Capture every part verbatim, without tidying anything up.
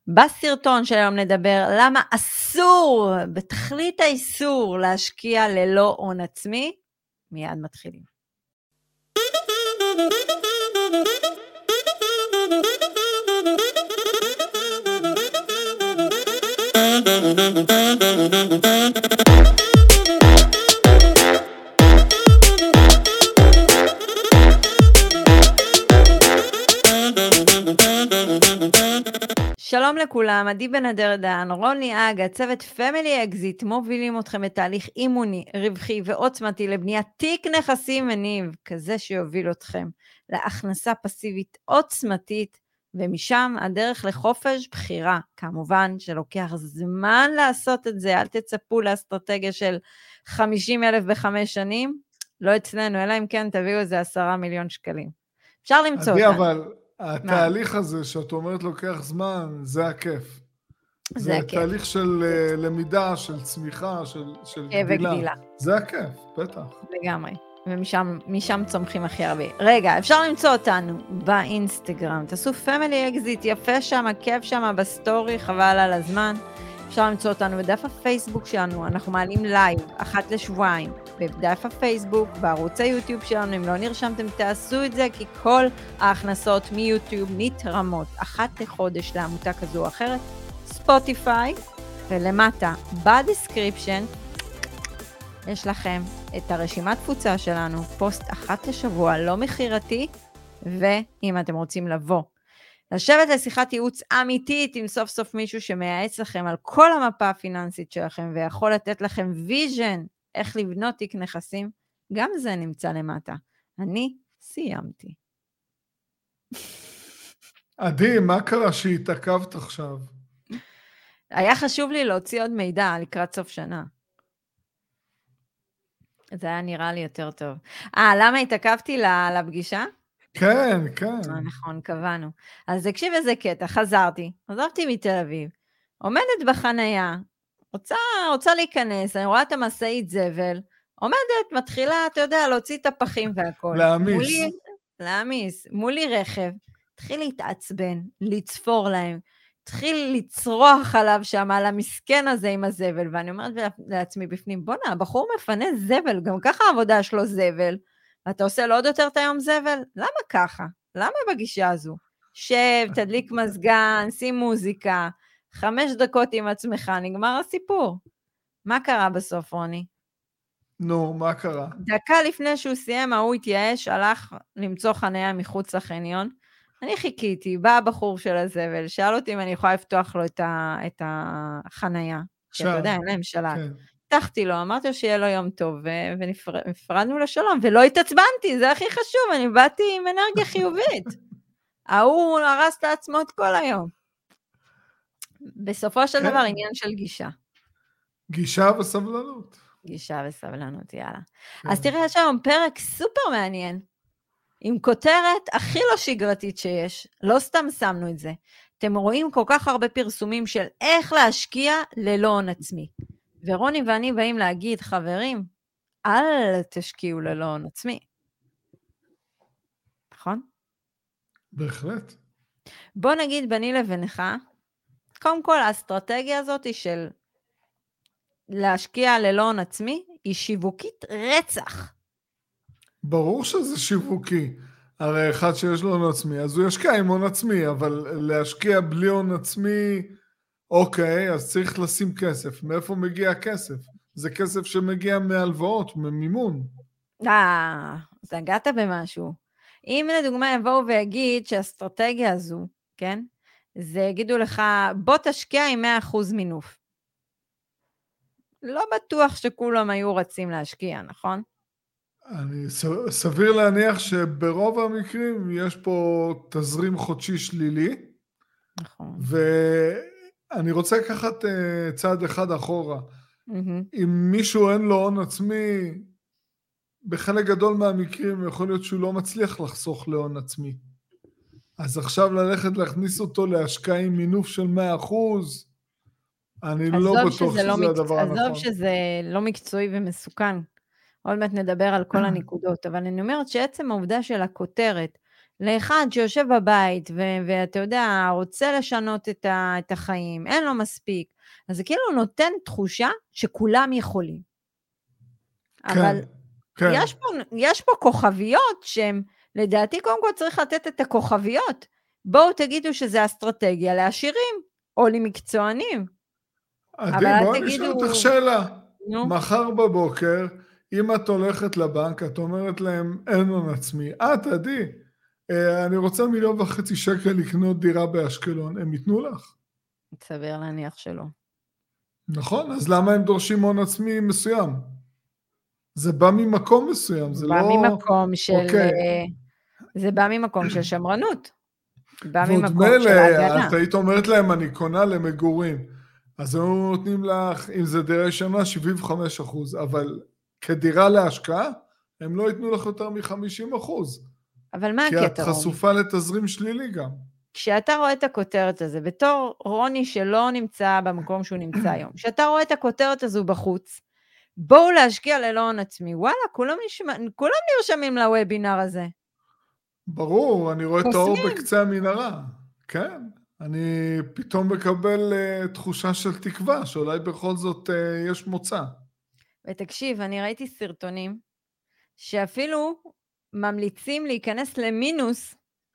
בסרטון של היום נדבר למה אסור, בתכלית האיסור, להשקיע ללא הון עצמי. מיד מתחילים. שלום לכולם, עדי בן אדרדן, רוני אג, הצוות פמילי אקזיט, מובילים אתכם בתהליך אימוני, רווחי ועוצמתי לבניית תיק נכסים מניב, כזה שיוביל אתכם להכנסה פסיבית עוצמתית, ומשם הדרך לחופש בחירה. כמובן שלוקח זמן לעשות את זה, אל תצפו לאסטרטגיה של חמישים אלף בחמש שנים, לא אצלנו, אלא אם כן תביאו איזה עשרה מיליון שקלים. אפשר למצוא אותנו. אבל התהליך הזה שאת אומרת לוקח זמן, זה הכיף. זה זה הכיף. תהליך של למידה, של צמיחה, של, של וגדילה. גדילה. זה הכיף, בטח. לגמרי. ומשם משם צומחים הכי הרבה. רגע, אפשר למצוא אותנו באינסטגרם. תעשו פמילי אקזיט, יפה שם, כיף שם בסטורי, חבל על הזמן. אפשר למצוא אותנו בדף הפייסבוק שלנו, אנחנו מעלים לייב אחת לשבועיים, בדף הפייסבוק, בערוץ היוטיוב שלנו, אם לא נרשמתם תעשו את זה, כי כל ההכנסות מיוטיוב נתרמות אחת לחודש לעמותה כזו או אחרת, ספוטיפיי, ולמטה בדיסקריפשן, יש לכם את הרשימת תפוצה שלנו, פוסט אחת לשבוע, לא מחירתי, ואם אתם רוצים לבוא, לשבת לשיחת ייעוץ אמיתית עם סוף סוף מישהו שמייעץ לכם על כל המפה הפיננסית שלכם ויכול לתת לכם ויז'ן איך לבנות תיק נכסים, גם זה נמצא למטה. אני סיימתי. עדי, מה קרה שהתעכבת עכשיו? היה חשוב לי להוציא עוד מידע לקראת סוף שנה. זה היה נראה לי יותר טוב. אה, למה התעכבתי לפגישה? כן, כן. נכון, קבענו. אז תקשיב איזה קטע, חזרתי, עזבתי מתל אביב, עומדת בחנייה, רוצה, רוצה להיכנס, אני רואה את המסעית זבל, עומדת, מתחילה, אתה יודע, להוציא את הפחים והכל. להמיס. מולי, להמיס, מולי רכב, התחיל להתעצבן, לצפור להם, התחיל לצרוח עליו שם, על המסכן הזה עם הזבל, ואני אומרת לעצמי בפנים, בונה, הבחור מפנה זבל, גם ככה העבודה שלו זבל, אתה עושה לו עוד יותר את היום זבל? למה ככה? למה בגישה הזו? שב, תדליק מזגן, שים מוזיקה, חמש דקות עם עצמך, נגמר הסיפור. מה קרה בסוף, רוני? נו, מה קרה? דקה לפני שהוא סיים, הוא התייאש, הלך למצוא חניה מחוץ לחניון. אני חיכיתי, בא הבחור של הזבל, שאל אותי אם אני יכולה לפתוח לו את, ה, את החניה. כי אתה יודע, אין להם שלט. כן. פתחתי לו, אמרתי לו שיהיה לו יום טוב, ונפרדנו לשלום, ולא התעצבנתי, זה הכי חשוב, אני באתי עם אנרגיה חיובית. ההוא הרס את עצמו את כל היום. בסופו של דבר, עניין של גישה. גישה וסבלנות. גישה וסבלנות, יאללה. אז תראה, יש היום פרק סופר מעניין, עם כותרת הכי לא שגרתית שיש, לא סתם שמנו את זה. אתם רואים כל כך הרבה פרסומים של איך להשקיע ללא הון עצמי. ורוני ואני באים להגיד, חברים, אל תשקיעו ללא הון עצמי. נכון? בהחלט. בוא נגיד בני לבינך, קודם כל האסטרטגיה הזאת היא של להשקיע ללא הון עצמי, היא שיווקית רצח. ברור שזה שיווקי. הרי אחד שיש לו הון עצמי, אז הוא ישקיע עם הון עצמי, אבל להשקיע בלי הון עצמי, אוקיי, אז צריך לשים כסף. מאיפה מגיע הכסף? זה כסף שמגיע מהלוואות, ממימון. אה, אז הגעת במשהו. אם לדוגמה יבואו ויגיד שהאסטרטגיה הזו, כן? זה יגידו לך, בוא תשקיע עם מאה אחוז מינוף. לא בטוח שכולם היו רצים להשקיע, נכון? אני סביר להניח שברוב המקרים יש פה תזרים חודשי שלילי. נכון. ואני רוצה לקחת צעד אחד אחורה. Mm-hmm. אם מישהו אין לו הון עצמי, בחלק גדול מהמקרים יכול להיות שהוא לא מצליח לחסוך להון עצמי. אז עכשיו ללכת להכניס אותו להשקעה עם מינוף של מאה אחוז, אני לא בטוח שזה, שזה הדבר הנכון. עזוב שזה לא מקצועי ומסוכן. עוד מעט נדבר על כל הנקודות, אבל אני אומרת שעצם העובדה של הכותרת, לאחד שיושב בבית, ו- ואתה יודע, רוצה לשנות את, ה- את החיים, אין לו מספיק, אז זה כאילו נותן תחושה שכולם יכולים. כן, אבל כן. יש פה, יש פה כוכביות שהן, לדעתי קודם כל צריך לתת את הכוכביות. בואו תגידו שזה אסטרטגיה לעשירים, או למקצוענים. עדי, בואי נשאל אותך שאלה. נו. מחר בבוקר, אם את הולכת לבנק, את אומרת להם, אין הון עצמי. את, עדי, אני רוצה מיליון וחצי שקל לקנות דירה באשקלון, הם ייתנו לך? סביר להניח שלא. נכון, אז למה הם דורשים הון עצמי מסוים? זה בא ממקום מסוים, זה בא לא... ממקום של... אוקיי. זה בא ממקום של שמרנות. בא ועוד ממקום מלא, של ההגנה. את היית אומרת להם, אני קונה למגורים. אז הם נותנים לך, אם זה דירה ראשונה, שבעים וחמישה אחוז, אבל כדירה להשקעה, הם לא ייתנו לך יותר מ-חמישים אחוז. אבל מה הקטע? כי את חשופה לתזרים שלילי גם. כשאתה רואה את הכותרת הזה, בתור רוני שלא נמצא במקום שהוא נמצא היום, כשאתה רואה את הכותרת הזו בחוץ, בואו להשקיע ללא הון עצמי, וואלה, כולם, נשמע, כולם נרשמים לוובינר הזה. ברור, אני רואה את האור חוסמים. בקצה המנהרה. כן, אני פתאום מקבל uh, תחושה של תקווה, שאולי בכל זאת uh, יש מוצא. ותקשיב, אני ראיתי סרטונים, שאפילו ממליצים להיכנס למינוס,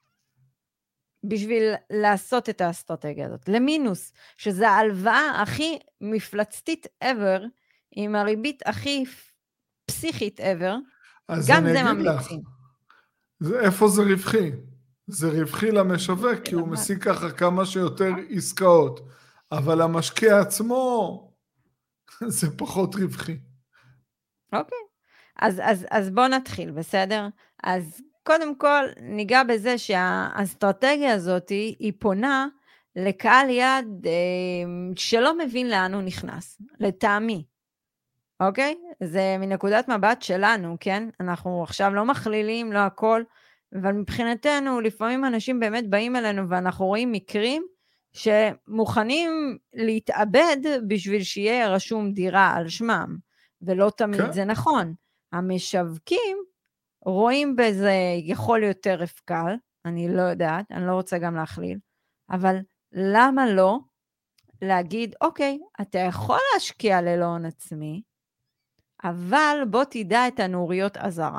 בשביל לעשות את האסטרטגיה הזאת, למינוס, שזה ההלוואה הכי מפלצתית ever, עם הריבית הכי פסיכית ever, גם זה ממליצים. לך, זה, איפה זה רווחי? זה רווחי למשווק, כי הוא משיג ככה כמה שיותר עסקאות, אבל המשקיע עצמו, זה פחות רווחי. אוקיי, אז, אז, אז בוא נתחיל, בסדר? אז קודם כל ניגע בזה שהאסטרטגיה הזאת היא פונה לקהל יד שלא מבין לאן הוא נכנס, לטעמי. אוקיי? זה מנקודת מבט שלנו, כן? אנחנו עכשיו לא מכלילים, לא הכל, אבל מבחינתנו לפעמים אנשים באמת באים אלינו ואנחנו רואים מקרים שמוכנים להתאבד בשביל שיהיה רשום דירה על שמם, ולא תמיד כן. זה נכון. המשווקים רואים בזה יכול יותר רפקל, אני לא יודעת, אני לא רוצה גם להכליל, אבל למה לא להגיד, אוקיי, אתה יכול להשקיע ללא הון עצמי, אבל בוא תדע את הנוריות עזרה.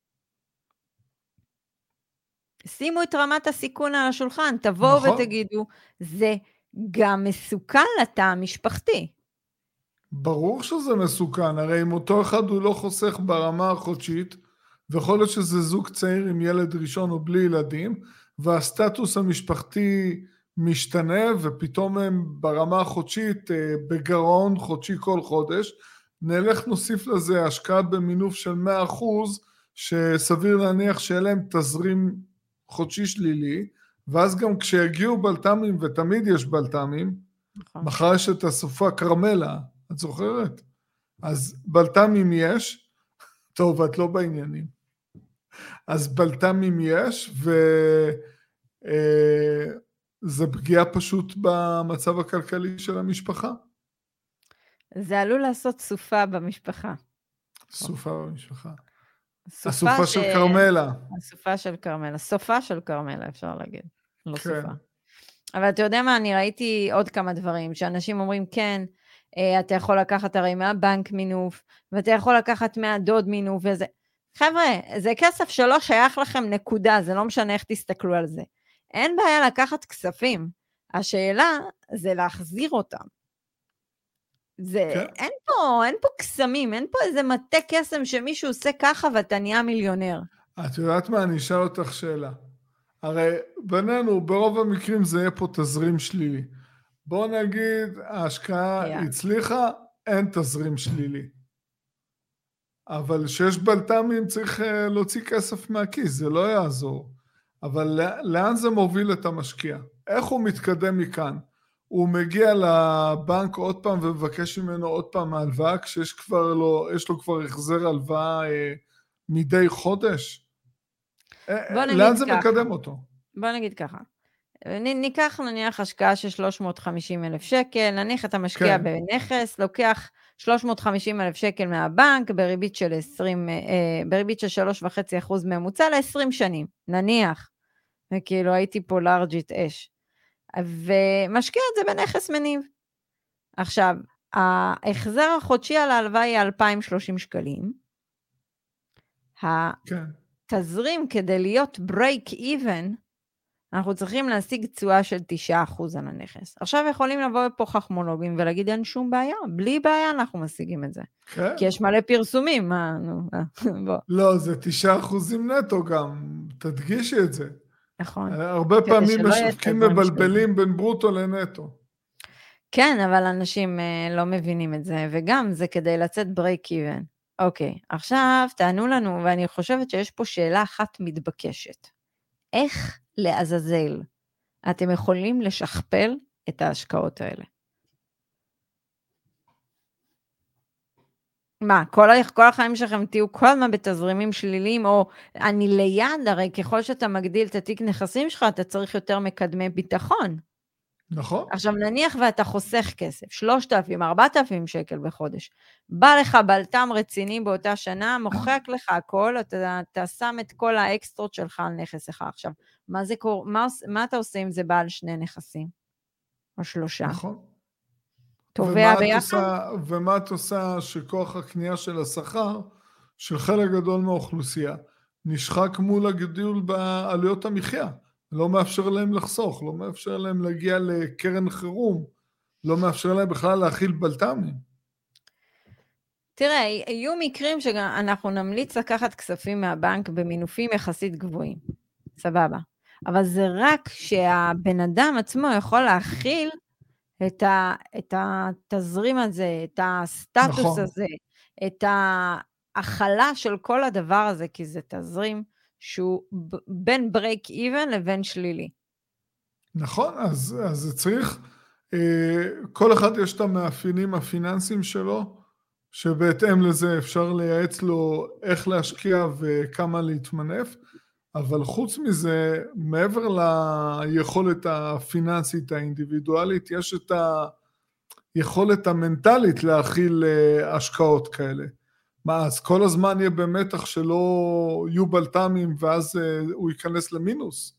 שימו את רמת הסיכון על השולחן, תבואו נכון. ותגידו, זה גם מסוכן לתא המשפחתי. ברור שזה מסוכן, הרי אם אותו אחד הוא לא חוסך ברמה החודשית, ויכול להיות שזה זוג צעיר עם ילד ראשון או בלי ילדים, והסטטוס המשפחתי משתנה, ופתאום הם ברמה החודשית בגרעון חודשי כל חודש, נלך נוסיף לזה השקעה במינוף של מאה אחוז, שסביר להניח שיהיה להם תזרים חודשי שלילי, ואז גם כשיגיעו בלת"מים, ותמיד יש בלת"מים, נכון. מחר יש את הסופה קרמלה, את זוכרת? אז בלת"מים יש, טוב, את לא בעניינים. אז בלת"מים יש, וזה פגיעה פשוט במצב הכלכלי של המשפחה. זה עלול לעשות סופה במשפחה. סופה במשפחה. הסופה ש... של קרמלה. הסופה של קרמלה. סופה של קרמלה, אפשר להגיד. לא כן. סופה. אבל אתה יודע מה, אני ראיתי עוד כמה דברים, שאנשים אומרים, כן, אתה יכול לקחת הרי מהבנק מינוף, ואתה יכול לקחת מהדוד מינוף, וזה... חבר'ה, זה כסף שלא שייך לכם נקודה, זה לא משנה איך תסתכלו על זה. אין בעיה לקחת כספים. השאלה זה להחזיר אותם. זה, כן. אין פה, אין פה קסמים, אין פה איזה מטה קסם שמישהו עושה ככה ואתה נהיה מיליונר. את יודעת מה? אני אשאל אותך שאלה. הרי בינינו, ברוב המקרים זה יהיה פה תזרים שלילי. בוא נגיד, ההשקעה yeah. הצליחה, אין תזרים שלילי. אבל שיש בלת"מים צריך להוציא כסף מהכיס, זה לא יעזור. אבל לאן זה מוביל את המשקיע? איך הוא מתקדם מכאן? הוא מגיע לבנק עוד פעם ומבקש ממנו עוד פעם הלוואה, כשיש כבר לו, יש לו כבר החזר הלוואה אה, מדי חודש? לאן זה ככה. מקדם אותו? בוא נגיד ככה, ניקח נניח השקעה של שלוש מאות וחמישים אלף שקל, נניח אתה משקיע כן. בנכס, לוקח שלוש מאות וחמישים אלף שקל מהבנק, בריבית של עשרים, אה, בריבית של שלוש נקודה חמש אחוז ממוצע ל-עשרים שנים, נניח. וכאילו הייתי פה לארג'ית אש. ומשקיע את זה בנכס מניב. עכשיו, ההחזר החודשי על ההלוואה היא אלפיים ושלושים שקלים. כן. התזרים כדי להיות break even, אנחנו צריכים להשיג תשואה של תשעה אחוז על הנכס. עכשיו יכולים לבוא פה חכמולוגים ולהגיד אין שום בעיה, בלי בעיה אנחנו משיגים את זה. כן. כי יש מלא פרסומים, מה, נו, בוא. לא, זה תשעה אחוזים נטו גם, תדגישי את זה. נכון. הרבה פעמים משווקים מבלבלים בין ברוטו לנטו. כן, אבל אנשים uh, לא מבינים את זה, וגם זה כדי לצאת break even. אוקיי, עכשיו תענו לנו, ואני חושבת שיש פה שאלה אחת מתבקשת. איך לעזאזל אתם יכולים לשכפל את ההשקעות האלה? מה, כל, כל החיים שלכם תהיו כל הזמן בתזרימים שליליים, או אני ליד, הרי ככל שאתה מגדיל את התיק נכסים שלך, אתה צריך יותר מקדמי ביטחון. נכון. עכשיו נניח ואתה חוסך כסף, שלושת אלפים, ארבעת אלפים שקל בחודש, בא לך בלטם רציני באותה שנה, מוחק לך הכל, אתה, אתה שם את כל האקסטרות שלך על נכס אחד. עכשיו, מה, זה, מה, מה אתה עושה אם זה בא על שני נכסים? או שלושה? נכון. תובע ביחד? עושה, ומה את עושה שכוח הקנייה של השכר, של חלק גדול מהאוכלוסייה, נשחק מול הגידול בעלויות המחיה. לא מאפשר להם לחסוך, לא מאפשר להם להגיע לקרן חירום, לא מאפשר להם בכלל להכיל בלטמים. תראה, יהיו מקרים שאנחנו נמליץ לקחת כספים מהבנק במינופים יחסית גבוהים, סבבה. אבל זה רק שהבן אדם עצמו יכול להכיל את, ה, את התזרים הזה, את הסטטוס נכון. הזה, את ההכלה של כל הדבר הזה, כי זה תזרים שהוא בין break even לבין שלילי. נכון, אז, אז זה צריך, כל אחד יש את המאפיינים הפיננסיים שלו, שבהתאם לזה אפשר לייעץ לו איך להשקיע וכמה להתמנף, אבל חוץ מזה, מעבר ליכולת הפיננסית האינדיבידואלית, יש את היכולת המנטלית להכיל השקעות כאלה. מה, אז כל הזמן יהיה במתח שלא יהיו בלטמים, ואז הוא ייכנס למינוס?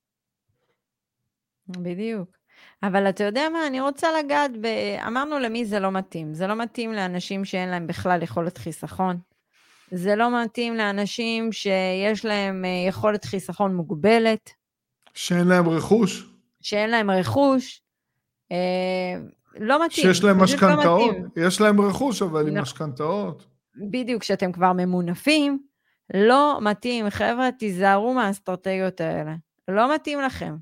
בדיוק. אבל אתה יודע מה, אני רוצה לגעת, ב... אמרנו למי זה לא מתאים. זה לא מתאים לאנשים שאין להם בכלל יכולת חיסכון. זה לא מתאים לאנשים שיש להם יכולת חיסכון מוגבלת. שאין להם רכוש. שאין להם רכוש. אה, לא מתאים. שיש להם משכנתאות. לא יש להם רכוש, אבל עם משכנתאות. בדיוק, שאתם כבר ממונפים, לא מתאים. חבר'ה, תיזהרו מהאסטרטגיות האלה. לא מתאים לכם.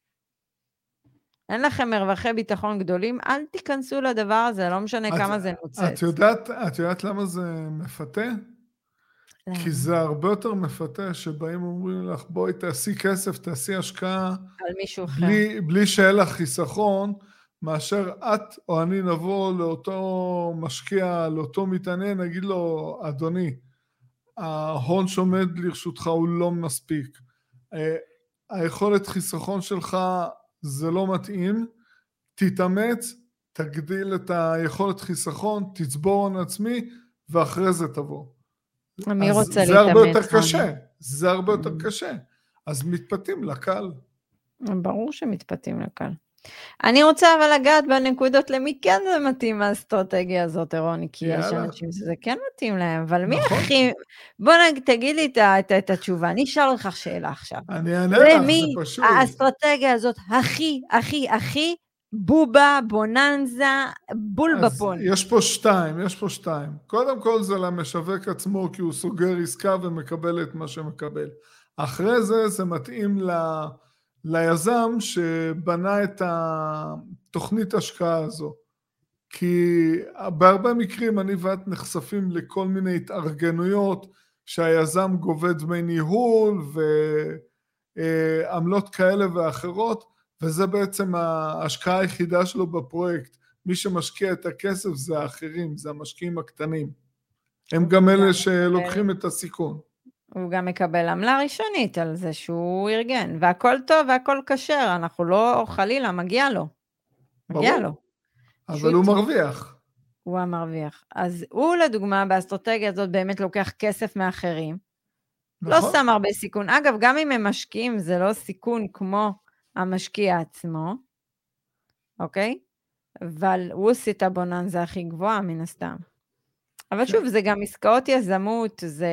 אין לכם מרווחי ביטחון גדולים, אל תיכנסו לדבר הזה, לא משנה את, כמה זה נוצץ. את יודעת, את יודעת למה זה מפתה? למה? כי זה הרבה יותר מפתה, שבאים אומרים לך, בואי תעשי כסף, תעשי השקעה, על מישהו אחר. בלי, בלי שיהיה לך חיסכון, מאשר את או אני נבוא לאותו משקיע, לאותו מתעניין, נגיד לו, אדוני, ההון שעומד לרשותך הוא לא מספיק. היכולת חיסכון שלך זה לא מתאים, תתאמץ, תגדיל את היכולת חיסכון, תצבור הון עצמי, ואחרי זה תבוא. מי רוצה להתאמץ? זה הרבה יותר קשה, זה הרבה יותר קשה. אז מתפתים לקל. ברור שמתפתים לקל. אני רוצה אבל לגעת בנקודות למי כן זה מתאים האסטרטגיה הזאת, רוני, כי יש אנשים שזה כן מתאים להם, אבל מי הכי... בוא תגיד לי את התשובה, אני אשאל לך שאלה עכשיו. אני אענה לך, זה פשוט. למי האסטרטגיה הזאת הכי, הכי, הכי בובה, בוננזה, בול בפון? יש פה שתיים, יש פה שתיים. קודם כל זה למשווק עצמו, כי הוא סוגר עסקה ומקבל את מה שמקבל. אחרי זה, זה מתאים ל... ליזם שבנה את התוכנית השקעה הזו. כי בהרבה מקרים אני ואת נחשפים לכל מיני התארגנויות שהיזם גובה דמי ניהול ועמלות כאלה ואחרות, וזה בעצם ההשקעה היחידה שלו בפרויקט. מי שמשקיע את הכסף זה האחרים, זה המשקיעים הקטנים. הם גם אלה שלוקחים את הסיכון. הוא גם מקבל עמלה ראשונית על זה שהוא ארגן, והכל טוב והכל כשר, אנחנו לא חלילה, מגיע לו. מגיע לו. אבל הוא מרוויח. הוא המרוויח. אז הוא לדוגמה, באסטרטגיה הזאת באמת לוקח כסף מאחרים, לא נכון. שם הרבה סיכון. אגב, גם אם הם משקיעים, זה לא סיכון כמו המשקיע עצמו, אוקיי? אבל הוא עושה את הבוננזה הכי גבוהה מן הסתם. אבל כן. שוב, זה גם עסקאות יזמות, זה...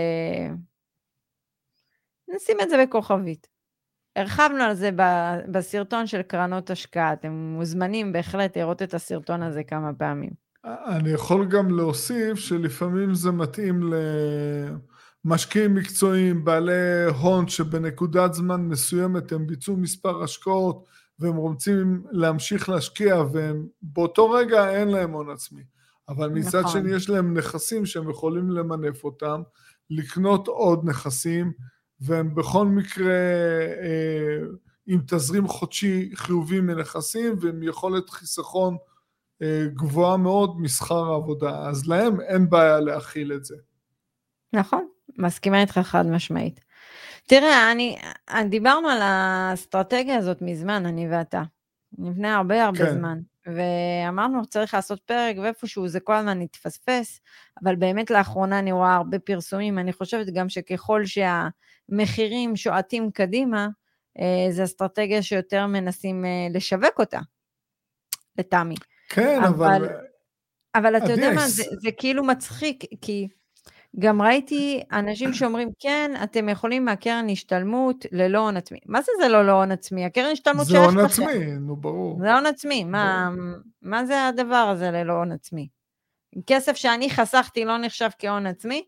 נשים את זה בכוכבית. הרחבנו על זה ב- בסרטון של קרנות השקעה, אתם מוזמנים בהחלט לראות את הסרטון הזה כמה פעמים. אני יכול גם להוסיף שלפעמים זה מתאים למשקיעים מקצועיים, בעלי הון שבנקודת זמן מסוימת הם ביצעו מספר השקעות והם רוצים להמשיך להשקיע והם באותו רגע אין להם הון עצמי. אבל מצד נכון. שני יש להם נכסים שהם יכולים למנף אותם, לקנות עוד נכסים, והם בכל מקרה אה, עם תזרים חודשי חיובי מנכסים ועם יכולת חיסכון גבוהה מאוד משכר העבודה, אז להם אין בעיה להכיל את זה. נכון, מסכימה איתך חד משמעית. תראה, אני, אני דיברנו על האסטרטגיה הזאת מזמן, אני ואתה, לפני הרבה הרבה כן. זמן, ואמרנו צריך לעשות פרק, ואיפשהו זה כל הזמן נתפספס, אבל באמת לאחרונה אני רואה הרבה פרסומים, אני חושבת גם שככל שהמחירים שועטים קדימה, זה אסטרטגיה שיותר מנסים לשווק אותה, לטעמי. כן, אבל... אבל, אבל אתה יודע מה, הדיס. זה, זה כאילו מצחיק, כי גם ראיתי אנשים שאומרים, כן, אתם יכולים מהקרן השתלמות ללא הון עצמי. מה זה זה לא לא הון עצמי? הקרן השתלמות זה שייכת הון לכם. עצמי, נו ברור. זה הון עצמי, מה, מה זה הדבר הזה ללא הון עצמי? כסף שאני חסכתי לא נחשב כהון עצמי?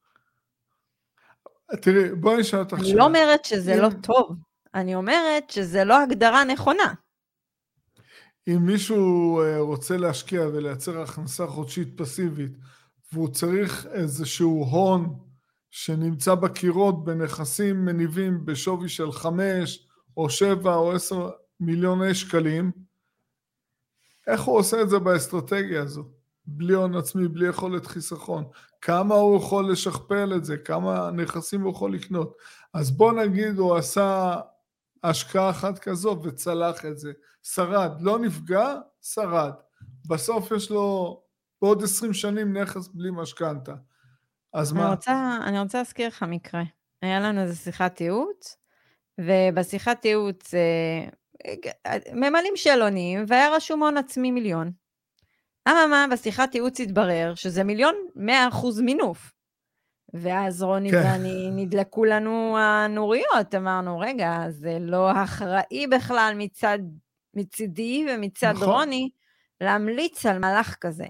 תראי, בואי נשאל אותך שאלה. אני לא אומרת שזה אם... לא טוב, אני אומרת שזה לא הגדרה נכונה. אם מישהו רוצה להשקיע ולייצר הכנסה חודשית פסיבית, והוא צריך איזשהו הון שנמצא בקירות בנכסים מניבים בשווי של חמש או שבע או עשר מיליוני שקלים, איך הוא עושה את זה באסטרטגיה הזו? בלי הון עצמי, בלי יכולת חיסכון. כמה הוא יכול לשכפל את זה? כמה נכסים הוא יכול לקנות? אז בוא נגיד הוא עשה השקעה אחת כזו וצלח את זה. שרד, לא נפגע, שרד. בסוף יש לו בעוד עשרים שנים נכס בלי משכנתה. אז אני מה? רוצה, אני רוצה להזכיר לך מקרה. היה לנו איזו שיחת ייעוץ, ובשיחת ייעוץ ממלאים שאלונים, והיה רשום הון עצמי מיליון. אממה, בשיחת ייעוץ התברר שזה מיליון מאה אחוז מינוף. ואז רוני כן. ואני נדלקו לנו הנוריות, אמרנו, רגע, זה לא אחראי בכלל מצד, מצידי ומצד נכון. רוני, להמליץ על מהלך כזה.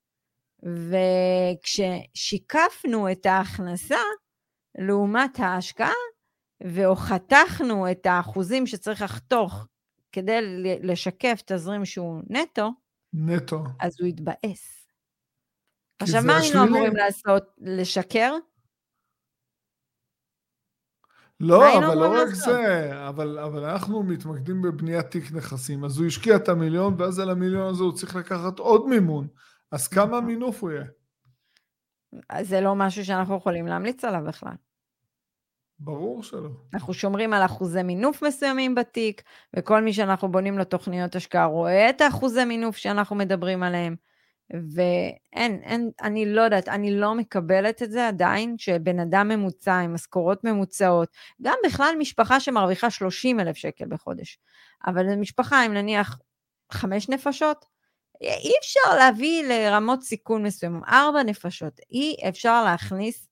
וכששיקפנו את ההכנסה, לעומת ההשקעה, והוחתכנו את האחוזים שצריך לחתוך, כדי לשקף תזרים שהוא נטו, נטו. אז הוא התבאס. כי עכשיו, זה מה היינו השלילי. אמורים לעשות? לשקר? מה לא, היינו אבל לא אמורים רק לעשות? זה, אבל, אבל אנחנו מתמקדים בבניית תיק נכסים, אז הוא השקיע את המיליון, ואז על המיליון הזה הוא צריך לקחת עוד מימון, אז כמה מינוף הוא יהיה? אז זה לא משהו שאנחנו יכולים להמליץ עליו בכלל. ברור שלא. אנחנו שומרים על אחוזי מינוף מסוימים בתיק, וכל מי שאנחנו בונים לו תוכניות השקעה רואה את האחוזי מינוף שאנחנו מדברים עליהם, ואין, אין, אני לא יודעת, אני לא מקבלת את זה עדיין, שבן אדם ממוצע עם משכורות ממוצעות, גם בכלל משפחה שמרוויחה שלושים אלף שקל בחודש, אבל משפחה עם נניח חמש נפשות, אי אפשר להביא לרמות סיכון מסוים, ארבע נפשות, אי אפשר להכניס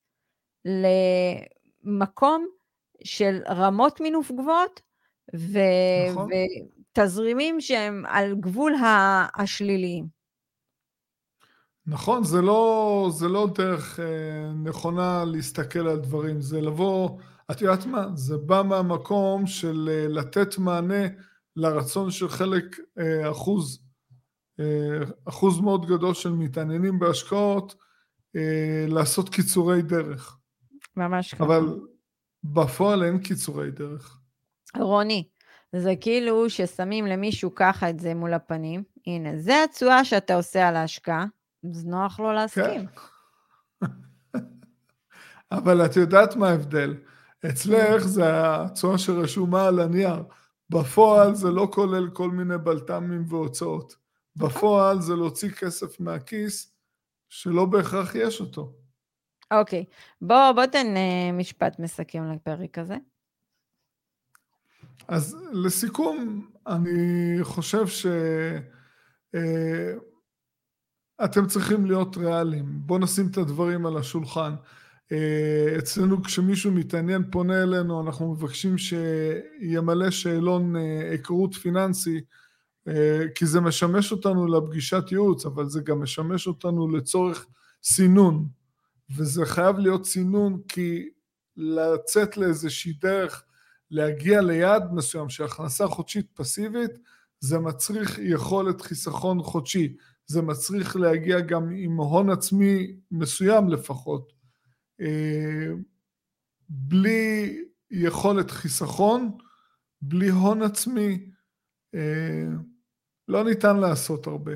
למקום של רמות מינוף גבוהות, ו... נכון. ותזרימים שהם על גבול השליליים. נכון, זה לא, זה לא דרך אה, נכונה להסתכל על דברים, זה לבוא, את יודעת מה, זה בא מהמקום של אה, לתת מענה לרצון של חלק אה, אחוז, אה, אחוז מאוד גדול של מתעניינים בהשקעות, אה, לעשות קיצורי דרך. ממש ככה. אבל בפועל אין קיצורי דרך. רוני, זה כאילו ששמים למישהו ככה את זה מול הפנים, הנה, זה התשואה שאתה עושה על ההשקעה, אז נוח לו להסכים. כן. אבל את יודעת מה ההבדל? אצלך זה התשואה שרשומה על הנייר. בפועל זה לא כולל כל מיני בלת"מים והוצאות. בפועל זה להוציא כסף מהכיס שלא בהכרח יש אותו. אוקיי, בוא, בוא תן משפט מסכם לפרק הזה. אז לסיכום, אני חושב ש... אתם צריכים להיות ריאליים. בואו נשים את הדברים על השולחן. אצלנו כשמישהו מתעניין פונה אלינו, אנחנו מבקשים שימלא שאלון היכרות פיננסי, כי זה משמש אותנו לפגישת ייעוץ, אבל זה גם משמש אותנו לצורך סינון. וזה חייב להיות סינון, כי לצאת לאיזושהי דרך, להגיע ליעד מסוים שהכנסה חודשית פסיבית, זה מצריך יכולת חיסכון חודשי. זה מצריך להגיע גם עם הון עצמי מסוים לפחות. בלי יכולת חיסכון, בלי הון עצמי, לא ניתן לעשות הרבה.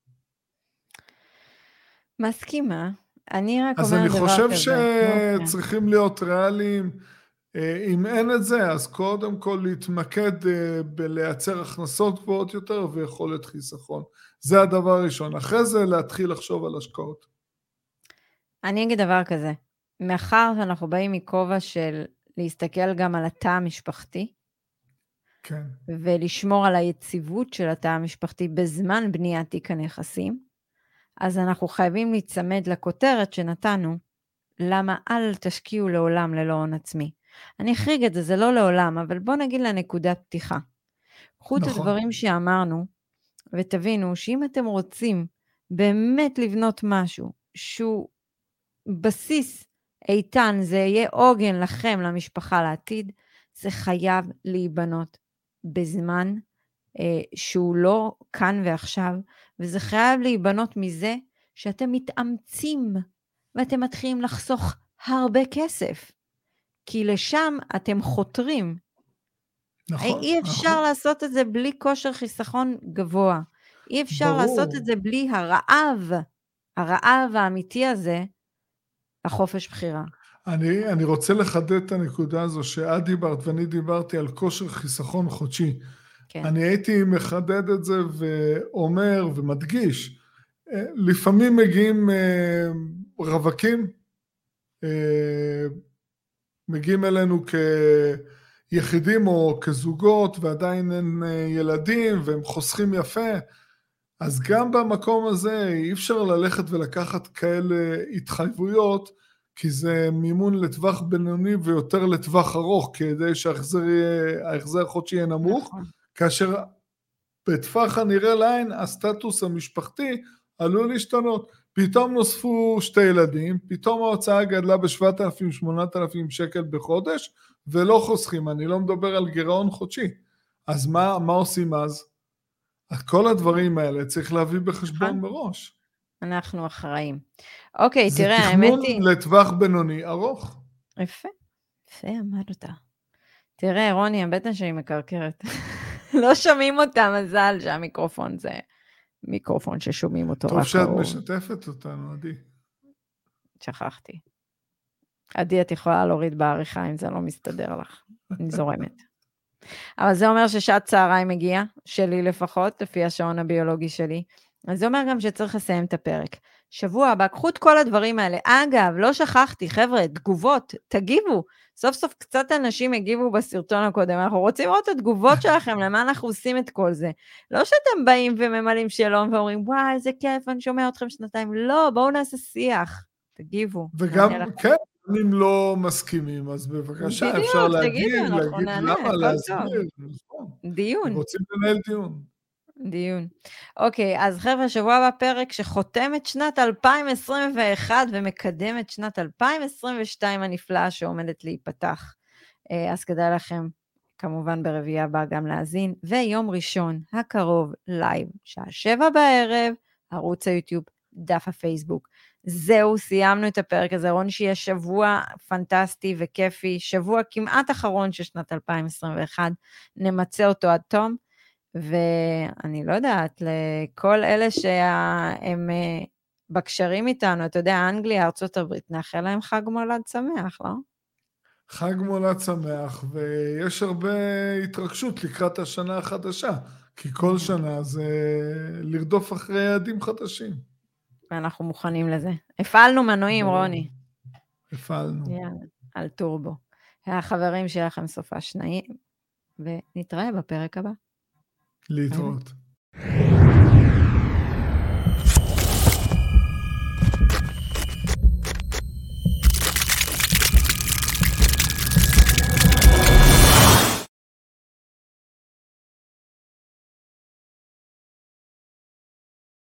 מסכימה. אני רק אז אומרת אני דבר חושב כזה. שצריכים להיות ריאליים. אם אין את זה, אז קודם כל להתמקד בלייצר הכנסות גבוהות יותר ויכולת חיסכון. זה הדבר הראשון. אחרי זה להתחיל לחשוב על השקעות. אני אגיד דבר כזה. מאחר שאנחנו באים מכובע של להסתכל גם על התא המשפחתי, כן. ולשמור על היציבות של התא המשפחתי בזמן בניית תיק הנכסים, אז אנחנו חייבים להצמד לכותרת שנתנו, למה אל תשקיעו לעולם ללא הון עצמי. אני אחריג את זה, זה לא לעולם, אבל בוא נגיד לנקודת פתיחה. קחו נכון. את הדברים שאמרנו, ותבינו שאם אתם רוצים באמת לבנות משהו, שהוא בסיס איתן, זה יהיה עוגן לכם, למשפחה, לעתיד, זה חייב להיבנות בזמן אה, שהוא לא כאן ועכשיו, וזה חייב להיבנות מזה שאתם מתאמצים, ואתם מתחילים לחסוך הרבה כסף. כי לשם אתם חותרים. נכון. אי אפשר נכון. לעשות את זה בלי כושר חיסכון גבוה. אי אפשר ברור. לעשות את זה בלי הרעב, הרעב האמיתי הזה, לחופש בחירה. אני, אני רוצה לחדד את הנקודה הזו, שאת דיברת ואני דיברתי על כושר חיסכון חודשי. כן. אני הייתי מחדד את זה ואומר ומדגיש, לפעמים מגיעים רווקים, מגיעים אלינו כיחידים או כזוגות, ועדיין אין ילדים, והם חוסכים יפה, אז גם במקום הזה אי אפשר ללכת ולקחת כאלה התחייבויות, כי זה מימון לטווח בינוני ויותר לטווח ארוך, כדי שההחזר החודשי יהיה נמוך, נכון. כאשר בטווח הנראה לעין, הסטטוס המשפחתי עלול להשתנות. פתאום נוספו שתי ילדים, פתאום ההוצאה גדלה ב-שבעת אלפים שמונת אלפים שקל בחודש, ולא חוסכים, אני לא מדבר על גירעון חודשי. אז מה, מה עושים אז? אז כל הדברים האלה צריך להביא בחשבון מראש. אנחנו אחראים. אוקיי, תראה, האמת היא... זה תכנון לטווח בינוני ארוך. יפה, יפה, אמרת. תראה, רוני, הבטן שלי מקרקרת. לא שומעים אותה, מזל שהמיקרופון זה מיקרופון ששומעים אותו. טוב שאת משתפת אותנו, עדי. שכחתי. עדי, את יכולה להוריד בעריכה אם זה לא מסתדר לך. אני זורמת. אבל זה אומר ששעת צהריים מגיעה, שלי לפחות, לפי השעון הביולוגי שלי. אז זה אומר גם שצריך לסיים את הפרק. שבוע הבא, קחו את כל הדברים האלה. אגב, לא שכחתי, חבר'ה, תגובות, תגיבו. סוף סוף קצת אנשים הגיבו בסרטון הקודם. אנחנו רוצים לראות את התגובות שלכם, למה אנחנו עושים את כל זה. לא שאתם באים וממלאים שאלון ואומרים, וואי, איזה כיף, אני שומע אתכם שנתיים. לא, בואו נעשה שיח. תגיבו. וגם, כן, אם לא מסכימים, אז בבקשה, בדיוק, אפשר להגיד, תגידו, להגיד למה, להסביר. דיון. רוצים לנהל דיון. דיון. אוקיי, אז חבר'ה, שבוע הבא פרק שחותמת שנת אלפיים עשרים ואחת ומקדמת שנת אלפיים עשרים ושתיים הנפלאה שעומדת להיפתח. אז כדאי לכם כמובן ברביעי הבא גם להאזין, ויום ראשון הקרוב לייב, שעה שבע בערב, ערוץ היוטיוב, דף הפייסבוק. זהו, סיימנו את הפרק הזה, רוני שיהיה שבוע פנטסטי וכיפי, שבוע כמעט אחרון של שנת אלפיים עשרים ואחת, נמצא אותו עד תום, ואני לא יודעת, לכל אלה שהם בקשרים איתנו, אתה יודע, אנגליה, ארצות הברית, נאחל להם חג מולד שמח, לא? חג מולד שמח, ויש הרבה התרגשות לקראת השנה החדשה, כי כל שנה זה לרדוף אחרי יעדים חדשים. ואנחנו מוכנים לזה. הפעלנו מנועים, רוני. הפעלנו. יאללה, על טורבו. החברים שיהיה לכם סופה שניים, ונתראה בפרק הבא. להתראות.